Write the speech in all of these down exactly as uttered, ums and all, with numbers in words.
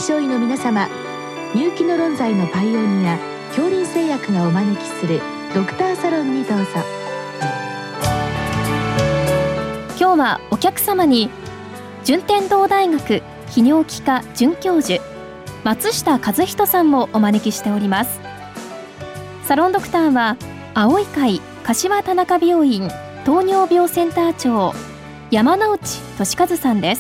症医の皆様、入気の論剤のパイオニア恐林製薬がお招きするドクターサロンにどうぞ。 今日はお客様に順天堂大学泌尿器科准教授松下和人さんもお招きしております。サロンドクターは青い会柏田中病院糖尿病センター長山内俊和さんです。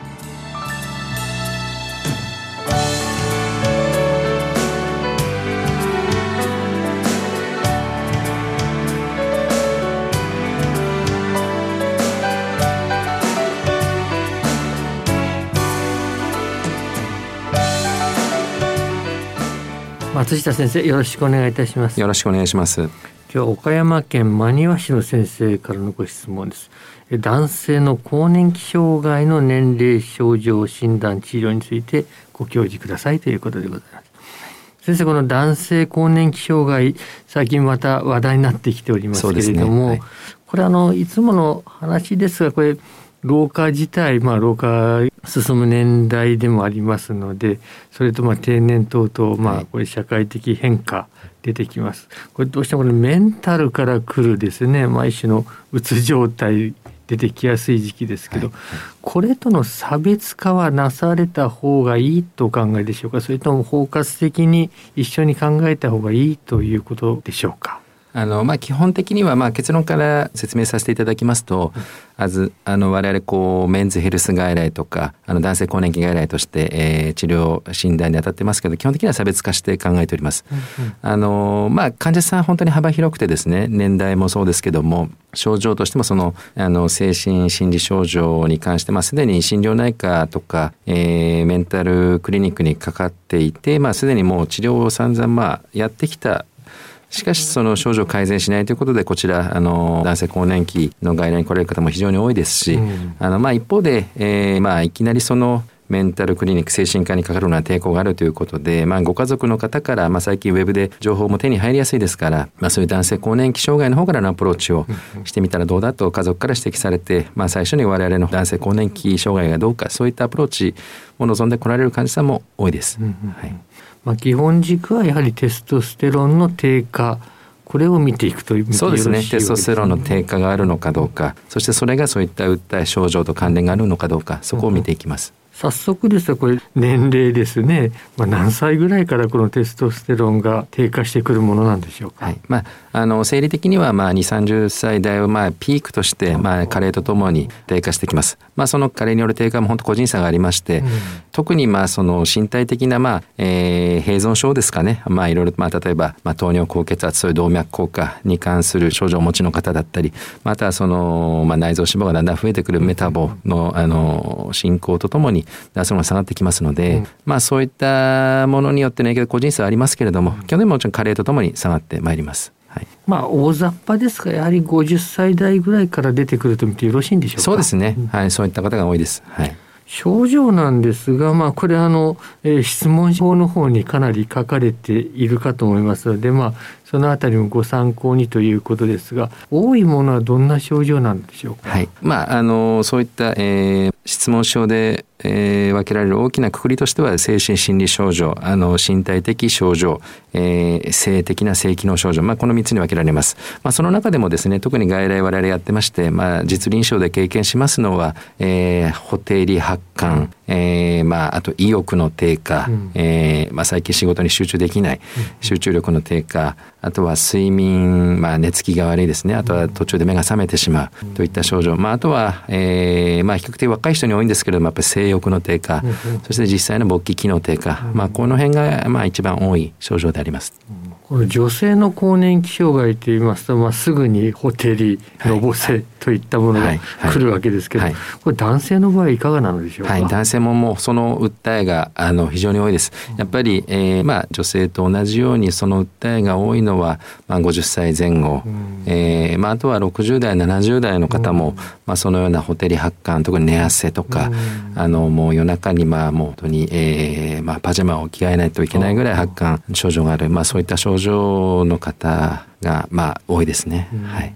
松下先生、よろしくお願いいたします。 よろしくお願いします。 今日は岡山県真庭市の先生からのご質問です。男性の更年期障害の年齢症状診断治療についてご教示くださいということでございます。先生、この男性更年期障害、最近また話題になってきておりますけれども、ね、はい、これあのいつもの話ですが、これ老化自体、まあ、老化進む年代でもありますので、それとまあ定年等々、まあ、これ社会的変化出てきます。これどうしてもこれメンタルから来るですね、まあ、一種のうつ状態出てきやすい時期ですけど、はい、これとの差別化はなされた方がいいとお考えでしょうか。それとも包括的に一緒に考えた方がいいということでしょうか。 あのまあ、基本的にはまあ結論から説明させていただきますと、まずあの我々こうメンズヘルス外来とかあの男性更年期外来として、えー、治療診断に当たってますけど、基本的には差別化して考えております。うんうん、あのまあ、患者さん本当に幅広くてですね、年代もそうですけども、症状としてもそのあの精神心理症状に関して、まあ、すでに心療内科とか、えー、メンタルクリニックにかかっていて、まあ、すでにもう治療を散々まあやってきた。しかしその症状改善しないということで、こちらあの男性更年期の外来に来られる方も非常に多いですし、うん、あのまあ一方で、えー、まあいきなりそのメンタルクリニック精神科にかかるのは抵抗があるということで、まあ、ご家族の方から、まあ、最近ウェブで情報も手に入りやすいですから、まあ、そういう男性更年期障害の方からのアプローチをしてみたらどうだと家族から指摘されて、まあ、最初に我々の男性更年期障害がどうか、そういったアプローチを望んで来られる患者さんも多いです。うんうん、はい、 まあ、基本軸はやはりテストステロンの低下、これを見ていくという。 そうですね。テストステロンの低下があるのかどうか、そしてそれがそういった訴え症状と関連があるのかどうか、そこを見ていきます。 うん、早速ですが、これ年齢ですね、まあ、何歳ぐらいからこのテストステロンが低下してくるものなんでしょうか。 はい、まあ、あの生理的にはまあにじゅう、さんじゅっさい代をまあピークとして、まあ、加齢とともに低下してきます。まあ、その加齢による低下も本当個人差がありまして、うん、特にまあその身体的なまあ、えー、併存症ですかね、まあ、いろいろ、まあ、例えばまあ糖尿高血圧、そういう動脈硬化に関する症状をお持ちの方だったり、またその、まあ、内臓脂肪がだんだん増えてくるメタボの、あの進行とともに出すのが下がってきますので、うん、まあ、そういったものによっての影響で個人差はありますけれども、去年ももちろん加齢とともに下がってまいります。はい、 まあ、大雑把ですが、やはりごじゅっさい代ぐらいから出てくると見てよろしいんでしょうか。 そうですね、はい、そういった方が多いです。はい、 症状なんですが、まあ、これあの、えー、質問票の方にかなり書かれているかと思いますので、まあ、そのあたりもご参考にということですが、多いものはどんな症状なんでしょうか。 はい、まあ、あのそういった、えー、質問症で、えー、分けられる大きな括りとしては、精神心理症状、あの身体的症状、えー、性的な性機能症状、まあ、このみっつに分けられます。まあ、その中でもですね、特に外来我々やってまして、まあ、実臨床で経験しますのは、えー、ほてり、発汗、えーまあ、あと意欲の低下、うんえーまあ、最近仕事に集中できない、うん、集中力の低下、あとは睡眠、まあ、寝つきが悪いですね。あとは途中で目が覚めてしまうといった症状、まあ、あとは、えーまあ、比較的若い人に多いんですけれども、やっぱり性欲の低下、うん、そして実際の勃起機能低下、うんまあ、この辺が、まあ、一番多い症状であります。 うん、この女性の更年期障害といいますと、まあ、すぐにほてり、のぼせといったものが来るわけですけど、はいはいはい、これ男性の場合いかがなのでしょうか。 はい、男性ももうその訴えがあの非常に多いです。やっぱり、えーまあ、女性と同じようにその訴えが多いのは、まあ、ごじゅっさいぜん後、うんえーまあ、あとはろくじゅう代ななじゅう代の方も、うんまあ、そのようなほてり発汗、特に寝汗とか、うん、あのもう夜中にまあもう本当に、えーまあ、パジャマを着替えないといけないぐらい発汗症状がある、まあ、そういった症状の方がまあ多いですね。うんはい、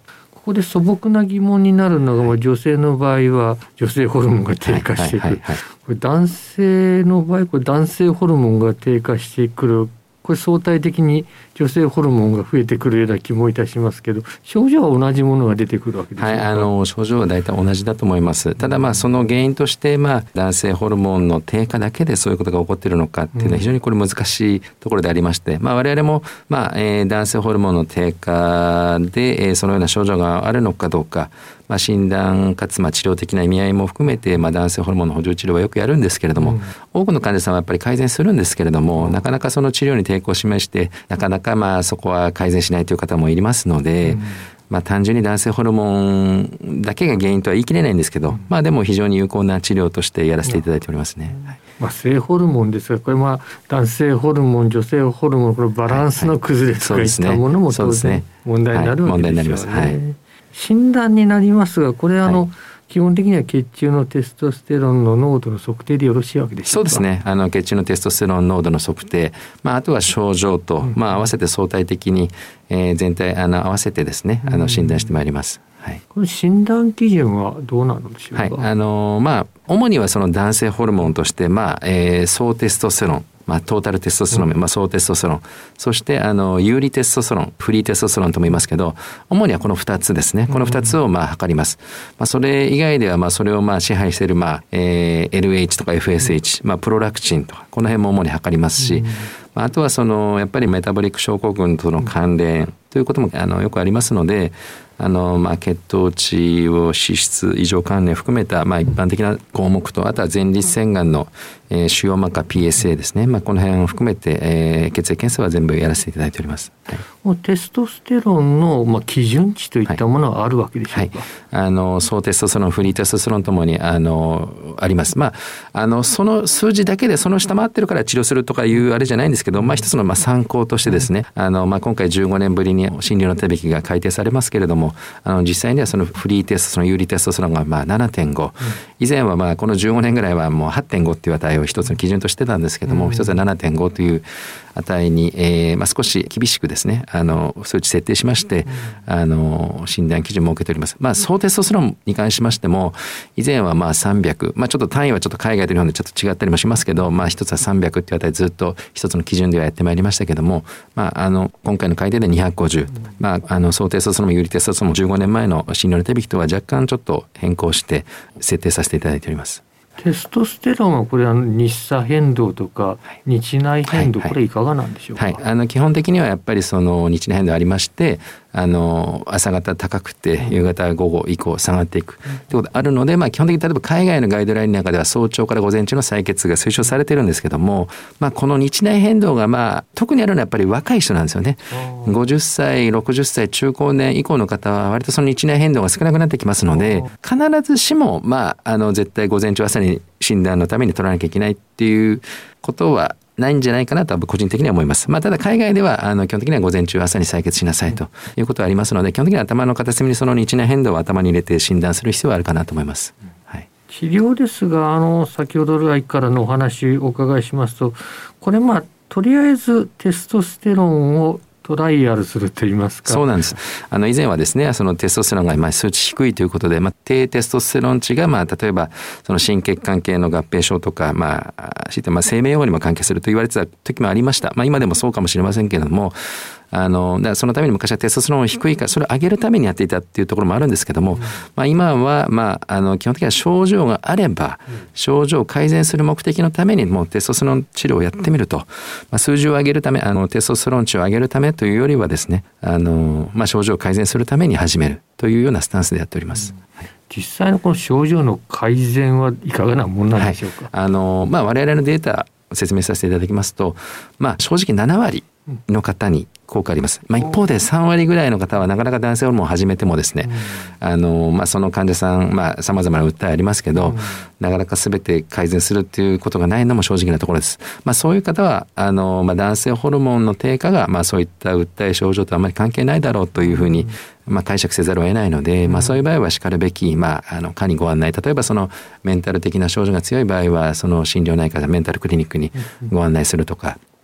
ここで素朴な疑問になるのが、はい、女性の場合は女性ホルモンが低下してくる、これ男性の場合これ男性ホルモンが低下してくる、これ相対的に女性ホルモンが増えてくるような気もいたしますけど、症状は同じものが出てくるわけですか？ はい、あの症状は大体同じだと思います。ただまあその原因として、まあ、男性ホルモンの低下だけでそういうことが起こっているのかっていうのは非常にこれ難しいところでありまして、まあ、我々も、まあえー、男性ホルモンの低下で、えー、そのような症状があるのかどうか、まあ、診断かつまあ治療的な意味合いも含めて、まあ、男性ホルモンの補充治療はよくやるんですけれども、うん、多くの患者さんはやっぱり改善するんですけれども、なかなかその治療に抵抗を示してなかなかまあそこは改善しないという方もいますので、うん、まあ、単純に男性ホルモンだけが原因とは言い切れないんですけど、うん、まあ、でも非常に有効な治療としてやらせていただいておりますね。うん、はい、 まあ、性ホルモンですが、これまあ男性ホルモン女性ホルモンこのバランスの崩れとかいったものも当然問題になるわけですよね。はい、診断になりますが、これあの、はい、基本的には血中のテストステロンの濃度の測定でよろしいわけでしょうか？ そうですね、あの血中のテストステロン濃度の測定、まあ、あとは症状と、うん、まあ、合わせて相対的に、えー、全体あの合わせてですね、あの診断してまいります。はい、 この診断基準はどうなのでしょうか？ はい、あのまあ、主にはその男性ホルモンとして、まあえー、総テストステロン、まあ、トータルテストステロン、うん、まあ、総テストステロン、そしてあの有利テストステロン、フリーテストステロンとも言いますけど、主にはこのふたつですね。このふたつをまあ測ります。まあ、それ以外ではまあそれをまあ支配している、まあえー、エルエイチ とか エフエスエイチ、まあ、プロラクチンとかこの辺も主に測りますし、うん、まあ、あとはそのやっぱりメタボリック症候群との関連ということもあのよくありますので、あのまあ血糖値を脂質異常関連を含めたまあ一般的な項目と、あとは前立腺がんの、えー、腫瘍マーカー ピーエスエー ですね、まあ、この辺を含めて、えー、血液検査は全部やらせていただいております。はい、 もうテストステロンの、まあ、基準値といったものはあるわけでしょうか？はいはい、 あの総テストステロン、フリーテストステロンともにあのあります。まあ、あのその数字だけでその下回ってるから治療するとかいうあれじゃないんですけど、まあ、一つのまあ参考としてですね、あの、まあ、今回じゅうごねんぶりに診療の手引きが改定されますけれども、あの実際にはそのフリーテスト、その有利テストステロンがまあ ななてんご、うん、以前はまあこのじゅうごねんぐらいはもう はってんご っていう値を一つの基準としてたんですけども、うん、一つは ななてんご という値に、えーまあ、少し厳しくですね、あの数値設定しまして、うん、あの診断基準を設けております。まあ、総テストステロンに関しましても、以前はまあさんびゃく、まあ、ちょっと単位はちょっと海外と日本でちょっと違ったりもしますけど、まあ、一つはさんびゃくっていう値ずっと一つの基準ではやってまいりましたけども、まあ、あの今回の改定でにひゃくごじゅう、うん、まあ、あの総テストステロンも有利テストステロンもじゅうごねんまえの診療の手引きとは若干ちょっと変更して設定させていただいております。 テストステロンはこれは日差変動とか日内変動、はいはい、これいかがなんでしょうか？はい、 あの基本的にはやっぱりその日内変動ありまして、あの朝方高くて夕方午後以降下がっていくということあるので、まあ、基本的に例えば海外のガイドラインの中では早朝から午前中の採血が推奨されてるんですけども、まあ、この日内変動がまあ特にあるのはやっぱり若い人なんですよね。ごじゅっさいろくじゅっさい中高年以降の方は割とその日内変動が少なくなってきますので、必ずしもまああの絶対午前中朝に診断のために取らなきゃいけないっていうことはないんじゃないかなと個人的には思います。まあ、ただ海外ではあの基本的には午前中朝に採血しなさいということはありますので、基本的には頭の片隅にその日内変動を頭に入れて診断する必要はあるかなと思います。はい、 治療ですが、あの先ほど来からのお話をお伺いしますと、これまあとりあえずテストステロンをトライアルすると言いますか。 そうなんです。あの以前はですね、そのテストステロンがまあ数値低いということで、まあ、低テストステロン値がまあ例えばその心血管系の合併症とか、まあ、まあ生命予後にも関係すると言われてた時もありました。まあ、今でもそうかもしれませんけれども、あのだからそのために昔はテストステロンを低いからそれを上げるためにやっていたっていうところもあるんですけども、うん、まあ、今は、まあ、あの基本的には症状があれば、うん、症状を改善する目的のためにもうテストステロン治療をやってみると、まあ、数字を上げるため、あのテストステロン値を上げるためというよりはですね、あの、まあ、症状を改善するために始めるというようなスタンスでやっております。うん、はい、 実際のこの症状の改善はいかがなものなんでしょうか？ はい、あのまあ、我々のデータを説明させていただきますと、まあ、正直ななわりの方に効果あります。まあ、一方でさんわりぐらいの方はなかなか男性ホルモンを始めてもですね、うん、あのまあ、その患者さん、まあ、様々な訴えありますけど、うん、なかなか全て改善するっていうことがないのも正直なところです。まあ、そういう方はあの、まあ、男性ホルモンの低下が、まあ、そういった訴え症状とあまり関係ないだろうというふうに、うん、まあ、解釈せざるを得ないので、まあ、そういう場合はしかるべき、まあ、あの科にご案内、例えばそのメンタル的な症状が強い場合はその心療内科やメンタルクリニックにご案内するとか、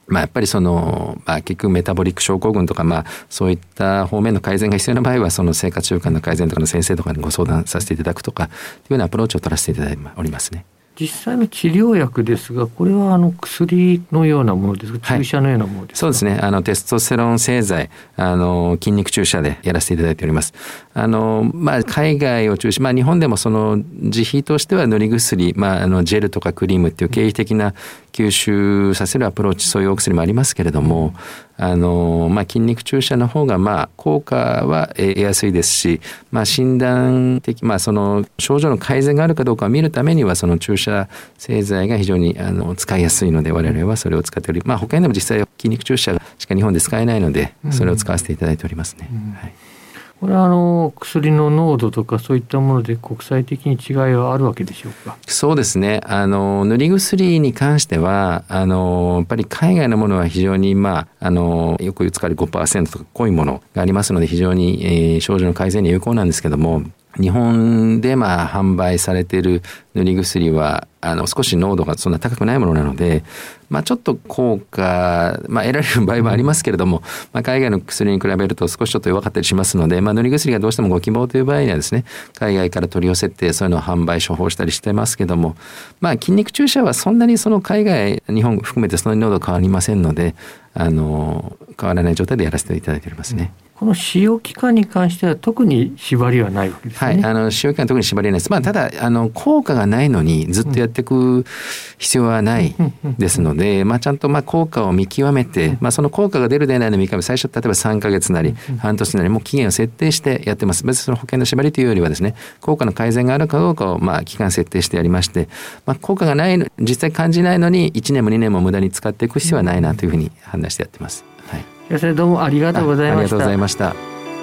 まあ、やっぱりその、まあ、結局メタボリック症候群とか、まあ、そういった方面の改善が必要な場合はその生活習慣の改善とかの先生とかにご相談させていただくとかというようなアプローチを取らせていただいておりますね。 実際の治療薬ですが、これはあの薬のようなものですか、注射のようなものですか？ はい、そうですね。あのテストステロン製剤、あの筋肉注射でやらせていただいております。あのまあ海外を中心、まあ日本でもその自費としては塗り薬、まああのジェルとかクリームっていう経費的な吸収させるアプローチ、そういうお薬もありますけれども、あのまあ筋肉注射の方がまあ効果は得やすいですし、まあ診断的、まあその症状の改善があるかどうかを見るためにはその注射製剤が非常にあの使いやすいので、我々はそれを使っており、まあ他にでも実際筋肉注射しか日本で使えないので、それを使わせていただいておりますね。うんはい、 これはあの薬の濃度とかそういったもので国際的に違いはあるわけでしょうか？ そうですね。あの塗り薬に関してはあのやっぱり海外のものは非常に、まあ、あのよく使われる ごパーセント とか濃いものがありますので、非常に、えー、症状の改善に有効なんですけども、日本でまあ販売されている塗り薬はあの少し濃度がそんな高くないものなので、まあ、ちょっと効果、まあ、得られる場合もありますけれども、まあ、海外の薬に比べると少しちょっと弱かったりしますので、まあ、塗り薬がどうしてもご希望という場合にはですね、海外から取り寄せてそういうのを販売処方したりしてますけども、まあ、筋肉注射はそんなにその海外日本含めてそんなに濃度変わりませんので、あの変わらない状態でやらせていただいておりますね。 この使用期間に関しては特に縛りはないわけですね。 はい、あの使用期間は特に縛りはないです。まあ、ただあの効果がないのにずっとやっていく必要はないですので、まあ、ちゃんとまあ効果を見極めて、まあ、その効果が出る出ないの見極め、最初例えばさんかげつなり半年なりもう期限を設定してやってます。別にその保険の縛りというよりはですね、効果の改善があるかどうかをまあ期間設定してやりまして、まあ、効果がない実際感じないのにいちねんもにねんも無駄に使っていく必要はないなというふうに判断してやってます。はい、 先生どうもありがとうございました。 ありがとうございました。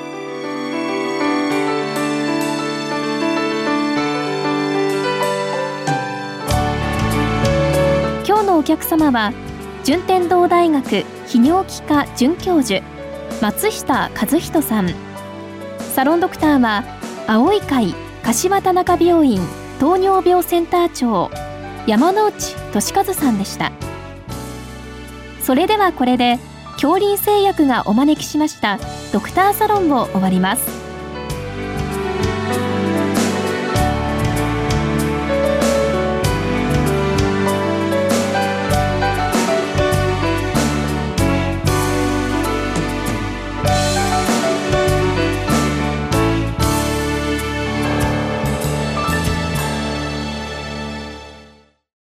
今日のお客様は順天堂大学泌尿器科准教授松下和人さん。サロンドクターは青い会柏田中病院糖尿病センター長山内俊和さんでした。それではこれで恐林製薬がお招きしましたドクターサロンを終わります。